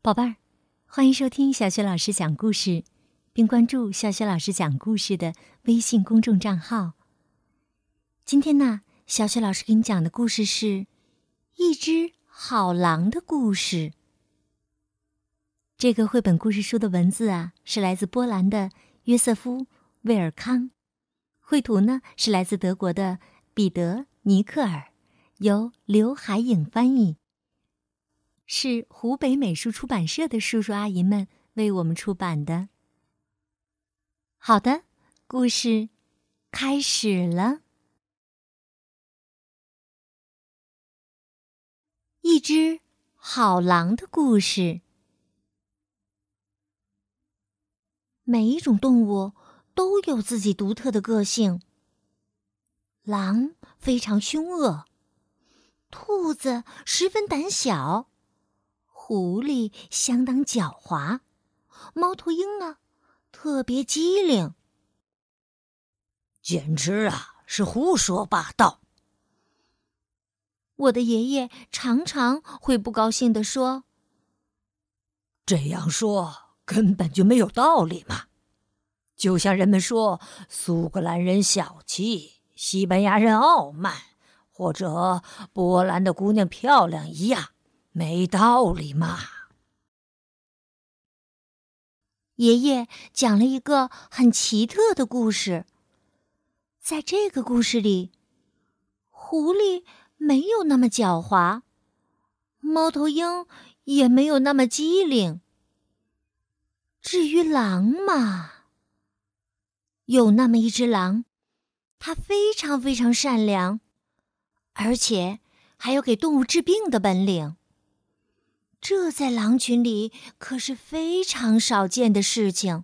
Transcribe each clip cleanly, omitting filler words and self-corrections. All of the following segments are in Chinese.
宝贝儿，欢迎收听小雪老师讲故事，并关注小雪老师讲故事的微信公众账号。今天呢，小雪老师给你讲的故事是一只好狼的故事。这个绘本故事书的文字是来自波兰的约瑟夫·威尔康，绘图呢是来自德国的彼得·尼克尔，由刘海影翻译。是湖北美术出版社的叔叔阿姨们为我们出版的。好的，故事开始了。一只好狼的故事。每一种动物都有自己独特的个性。狼非常凶恶，兔子十分胆小，狐狸相当狡猾，猫头鹰呢，特别机灵。 简直是胡说八道！ 我的爷爷常常会不高兴地说：“ 这样说根本就没有道理嘛！就像人们说苏格兰人小气，西班牙人傲慢，或者波兰的姑娘漂亮一样。没道理嘛！” 爷爷讲了一个很奇特的故事。在这个故事里，狐狸没有那么狡猾，猫头鹰也没有那么机灵。至于狼嘛，有那么一只狼，它非常非常善良，而且还有给动物治病的本领。这在狼群里可是非常少见的事情。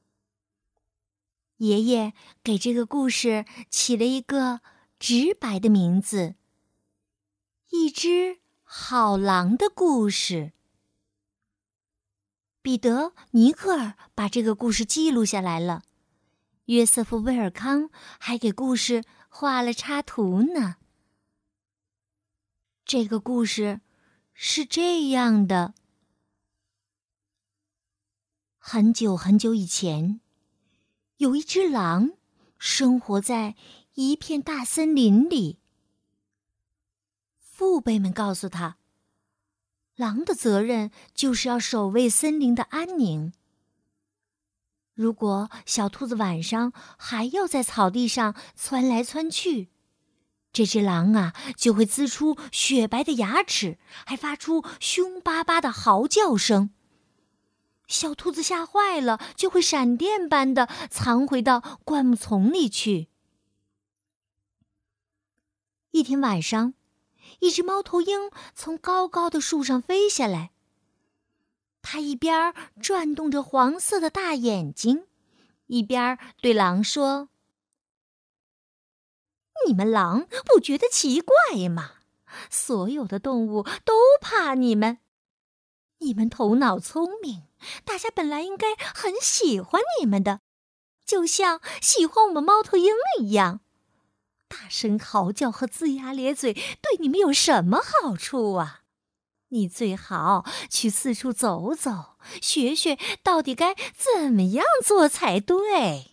爷爷给这个故事起了一个直白的名字：一只好狼的故事。彼得·尼克尔把这个故事记录下来了，约瑟夫·威尔康还给故事画了插图呢。这个故事是这样的：很久很久以前，有一只狼生活在一片大森林里。父辈们告诉他，狼的责任就是要守卫森林的安宁。如果小兔子晚上还要在草地上窜来窜去，这只狼就会呲出雪白的牙齿，还发出凶巴巴的嚎叫声。小兔子吓坏了，就会闪电般的藏回到灌木丛里去。一天晚上，一只猫头鹰从高高的树上飞下来，它一边转动着黄色的大眼睛，一边对狼说：“你们狼不觉得奇怪吗？所有的动物都怕你们。你们头脑聪明，大家本来应该很喜欢你们的，就像喜欢我们猫头鹰一样。大声嚎叫和龇牙咧嘴对你们有什么好处啊？你最好去四处走走，学学到底该怎么样做才对。”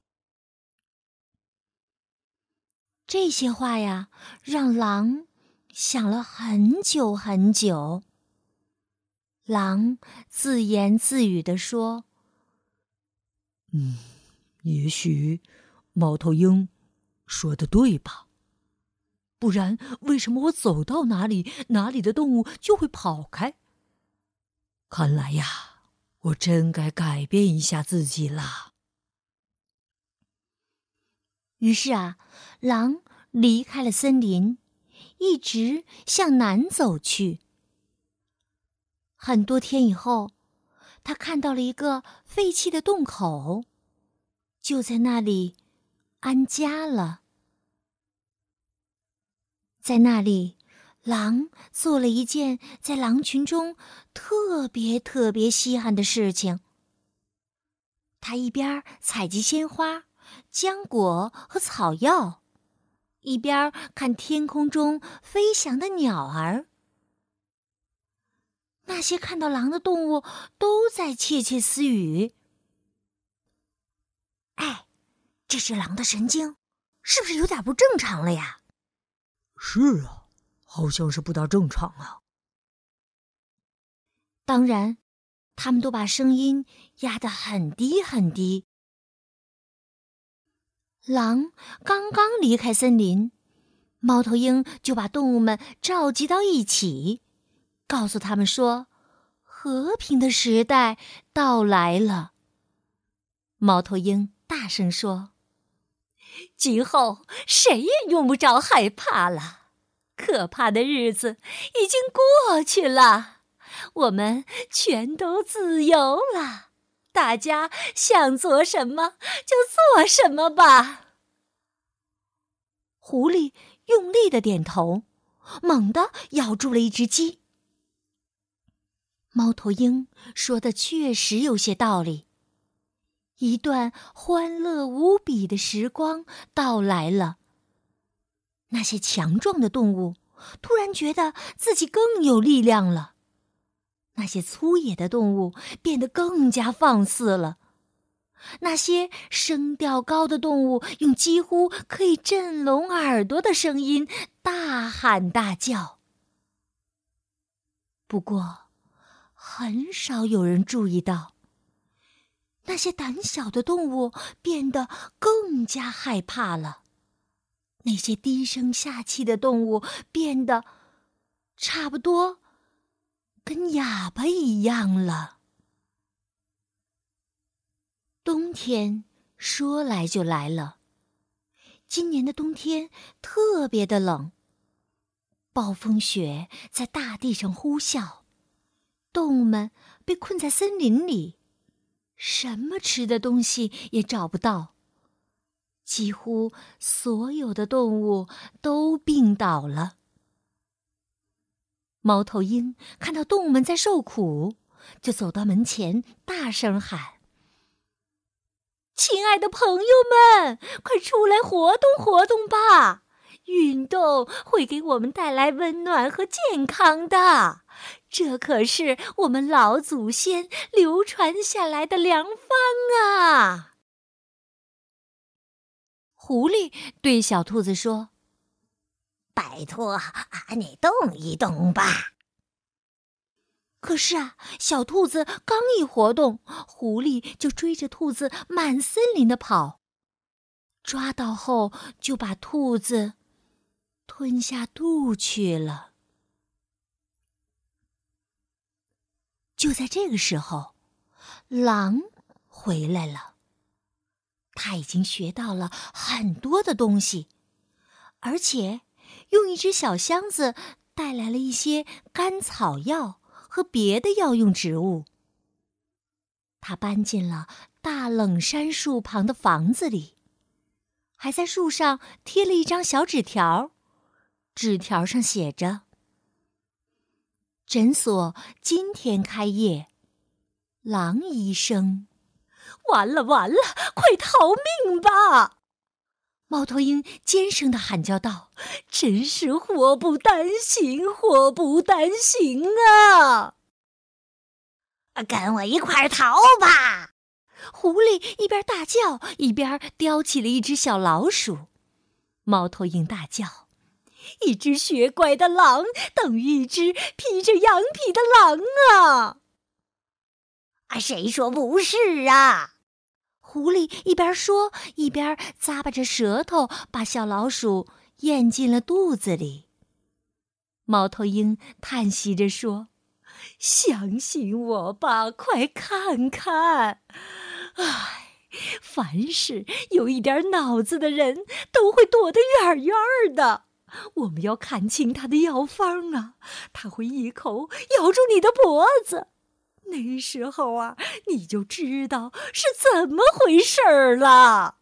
这些话让狼想了很久很久。狼自言自语地说：“ 也许猫头鹰说的对吧？不然为什么我走到哪里，哪里的动物就会跑开？看来我真该改变一下自己了。” 于是狼离开了森林，一直向南走去。很多天以后，他看到了一个废弃的洞口，就在那里安家了。在那里，狼做了一件在狼群中特别特别稀罕的事情。他一边采集鲜花、浆果和草药，一边看天空中飞翔的鸟儿。 那些看到狼的动物都在窃窃私语。哎，这只狼的神经是不是有点不正常了呀？ 是啊，好像是不大正常啊。 当然，他们都把声音压得很低很低。狼刚刚离开森林，猫头鹰就把动物们召集到一起，告诉他们说，和平的时代到来了。猫头鹰大声说，今后谁也用不着害怕了，可怕的日子已经过去了，我们全都自由了。大家想做什么就做什么吧。狐狸用力地点头，猛地咬住了一只鸡。猫头鹰说的确实有些道理。一段欢乐无比的时光到来了。那些强壮的动物突然觉得自己更有力量了。那些粗野的动物变得更加放肆了。那些声调高的动物用几乎可以震聋耳朵的声音大喊大叫。不过，很少有人注意到，那些胆小的动物变得更加害怕了。那些低声下气的动物变得差不多跟哑巴一样了。冬天说来就来了。今年的冬天特别的冷，暴风雪在大地上呼啸，动物们被困在森林里，什么吃的东西也找不到。几乎所有的动物都病倒了。猫头鹰看到动物们在受苦，就走到门前，大声喊：亲爱的朋友们，快出来活动活动吧！运动会给我们带来温暖和健康的，这可是我们老祖先流传下来的良方啊！狐狸对小兔子说：拜托，你动一动吧。可是小兔子刚一活动，狐狸就追着兔子满森林的跑，抓到后就把兔子吞下肚去了。就在这个时候，狼回来了。他已经学到了很多的东西，而且用一只小箱子带来了一些甘草药和别的药用植物。他搬进了大冷杉树旁的房子里，还在树上贴了一张小纸条，纸条上写着：诊所今天开业，狼医生。完了完了，快逃命吧！猫头鹰尖声地喊叫道：真是祸不单行，祸不单行啊！跟我一块儿逃吧！狐狸一边大叫，一边叼起了一只小老鼠。猫头鹰大叫：一只学乖的狼等于一只披着羊皮的狼啊！谁说不是啊？狐狸一边说，一边咂巴着舌头，把小老鼠咽进了肚子里。猫头鹰叹息着说：相信我吧，快看看。唉，凡是有一点脑子的人都会躲得远远的。我们要看清他的药方啊，他会一口咬住你的脖子。那时候你就知道是怎么回事了。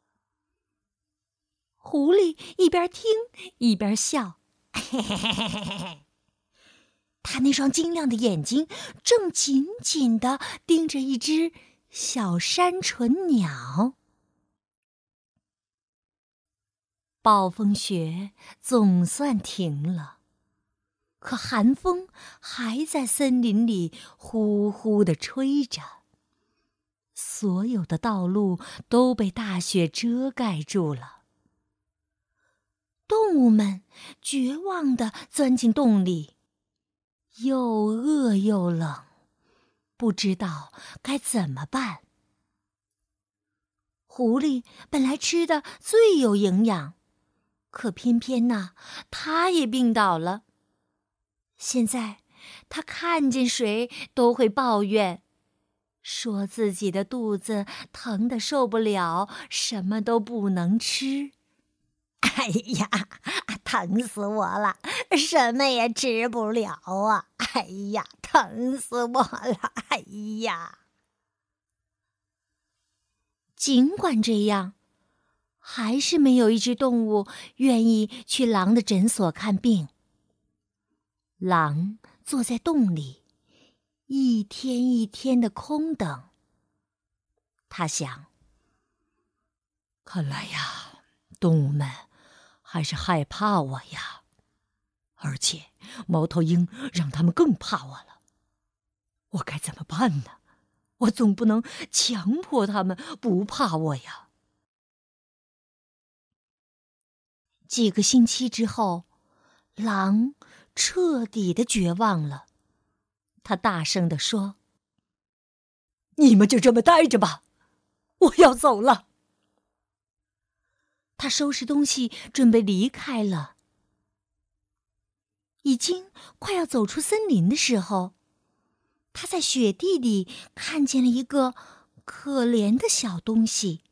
狐狸一边听一边笑，嘿嘿嘿嘿嘿嘿。他那双晶亮的眼睛正紧紧地盯着一只小山唇鸟。暴风雪总算停了， 可寒风还在森林里呼呼地吹着，所有的道路都被大雪遮盖住了。动物们绝望地钻进洞里，又饿又冷，不知道该怎么办。狐狸本来吃的最有营养，可偏偏它也病倒了。现在它看见谁都会抱怨，说自己的肚子疼得受不了，什么都不能吃。 哎呀，疼死我了，什么也吃不了啊！哎呀，疼死我了！哎呀！ 尽管这样，还是没有一只动物愿意去狼的诊所看病。狼坐在洞里，一天一天的空等。他想， 看来呀，动物们还是害怕我呀，而且猫头鹰让他们更怕我了。我该怎么办呢？我总不能强迫他们不怕我呀。 几个星期之后，狼彻底的绝望了。他大声地说：“ 你们就这么待着吧，我要走了。” 他收拾东西准备离开了。已经快要走出森林的时候，他在雪地里看见了一个可怜的小东西。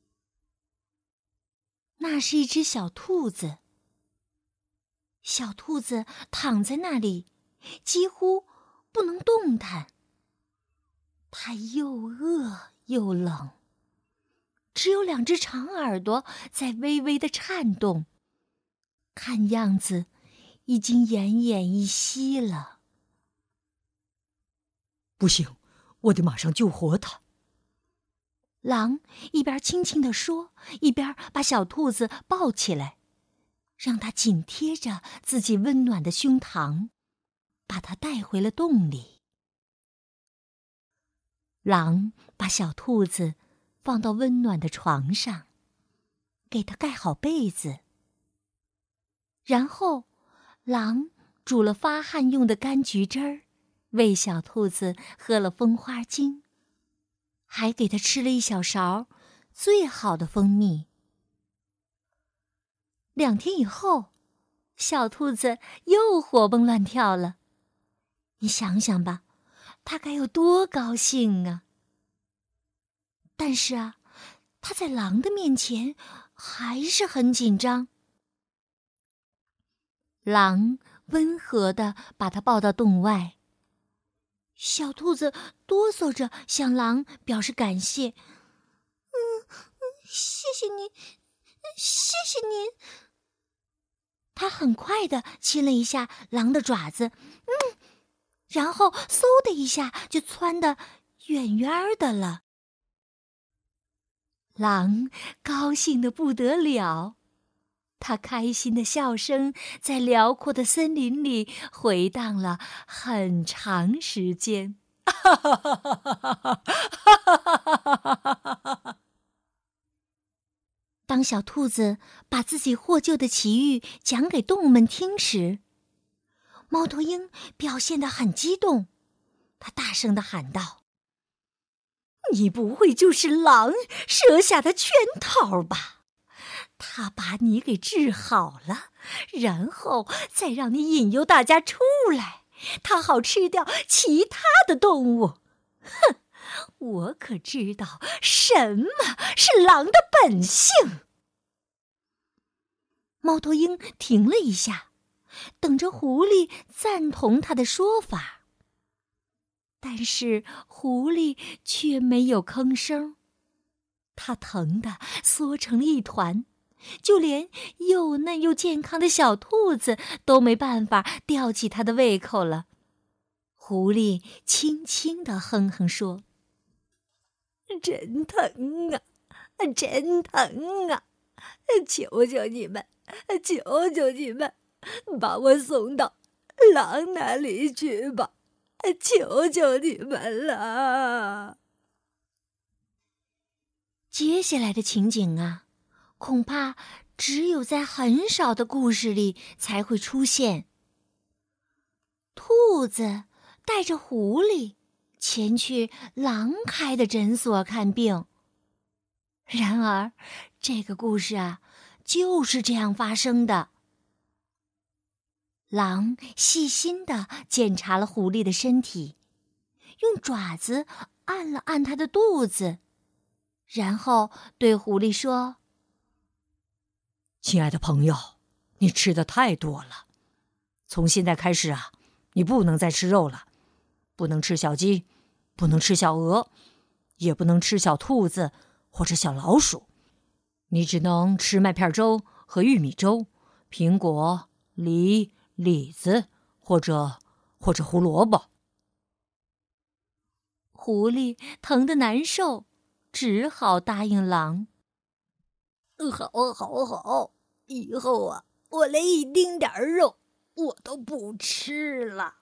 那是一只小兔子。小兔子躺在那里，几乎不能动弹。它又饿又冷，只有2只长耳朵在微微的颤动，看样子已经奄奄一息了。 不行，我得马上救活它。 狼一边轻轻地说，一边把小兔子抱起来，让它紧贴着自己温暖的胸膛，把它带回了洞里。狼把小兔子放到温暖的床上，给它盖好被子。然后，狼煮了发汗用的柑橘汁儿，喂小兔子喝了蜂花精，还给它吃了1小勺最好的蜂蜜。2天以后，小兔子又活蹦乱跳了。你想想吧，它该有多高兴啊！但是它在狼的面前还是很紧张。狼温和地把它抱到洞外。小兔子哆嗦着向狼表示感谢：“谢谢您，谢谢您。”它很快地亲了一下狼的爪子，然后嗖的一下就窜得远远的了。狼高兴得不得了，它开心的笑声在辽阔的森林里回荡了很长时间。当小兔子把自己获救的奇遇讲给动物们听时，猫头鹰表现得很激动，他大声地喊道：“你不会就是狼设下的圈套吧？他把你给治好了，然后再让你引诱大家出来，他好吃掉其他的动物。哼！我可知道什么是狼的本性。”猫头鹰停了一下，等着狐狸赞同他的说法。但是狐狸却没有吭声，它疼得缩成了一团，就连又嫩又健康的小兔子都没办法吊起它的胃口了。狐狸轻轻地哼哼说：“真疼啊，真疼啊！求求你们，求求你们，把我送到狼那里去吧，求求你们了。 接下来的情景啊，恐怕只有在很少的故事里才会出现。兔子带着狐狸前去狼开的诊所看病。然而，这个故事啊，就是这样发生的。狼细心地检查了狐狸的身体，用爪子按了按它的肚子，然后对狐狸说：“ 亲爱的朋友，你吃的太多了，从现在开始啊，你不能再吃肉了，不能吃小鸡，不能吃小鹅，也不能吃小兔子或者小老鼠，你只能吃麦片粥和玉米粥，苹果、梨、李子或者胡萝卜。” 狐狸疼得难受，只好答应狼。 好，以后啊，我连一丁点儿肉我都不吃了。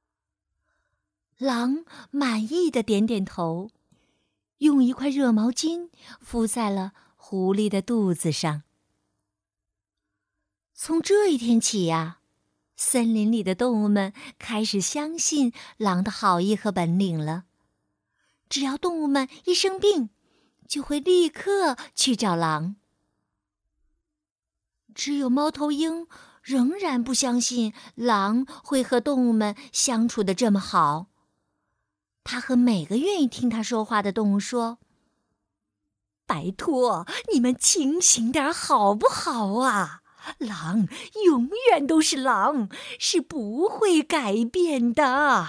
狼满意的点点头，用一块热毛巾敷在了狐狸的肚子上。从这一天起呀，森林里的动物们开始相信狼的好意和本领了。只要动物们一生病，就会立刻去找狼。只有猫头鹰仍然不相信狼会和动物们相处得这么好。他和每个愿意听他说话的动物说：“拜托，你们清醒点好不好啊？狼永远都是狼，是不会改变的。”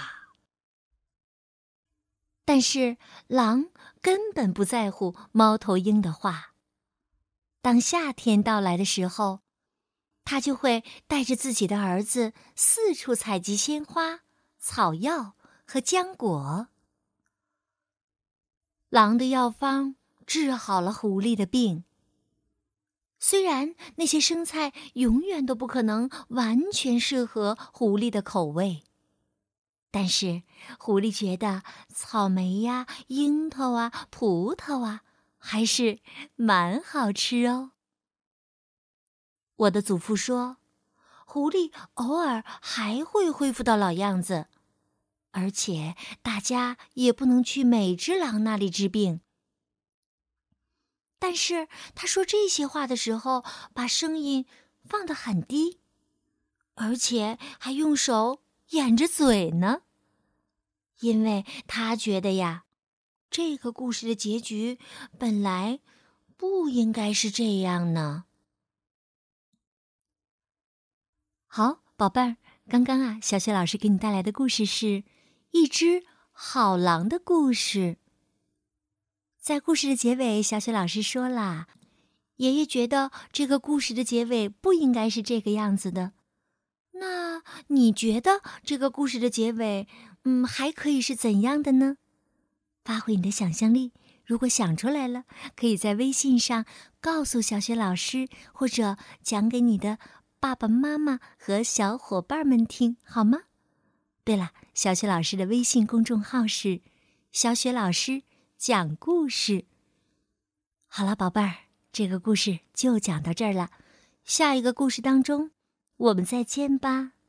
但是狼根本不在乎猫头鹰的话。当夏天到来的时候，他就会带着自己的儿子四处采集鲜花、草药和浆果。狼的药方治好了狐狸的病。虽然那些生菜永远都不可能完全适合狐狸的口味，但是狐狸觉得草莓呀、樱桃啊、葡萄啊还是蛮好吃哦。我的祖父说，狐狸偶尔还会恢复到老样子，而且大家也不能去每只狼那里治病。但是他说这些话的时候，把声音放得很低，而且还用手掩着嘴呢，因为他觉得呀，这个故事的结局本来不应该是这样呢。好，宝贝儿，刚刚啊，小雪老师给你带来的故事是一只好狼的故事。在故事的结尾，小雪老师说啦，爷爷觉得这个故事的结尾不应该是这个样子的。那你觉得这个故事的结尾，还可以是怎样的呢？发挥你的想象力，如果想出来了，可以在微信上告诉小雪老师，或者讲给你的爸爸妈妈和小伙伴们听，好吗？对了，小雪老师的微信公众号是小雪老师讲故事。好了，宝贝儿，这个故事就讲到这儿了。下一个故事当中，我们再见吧。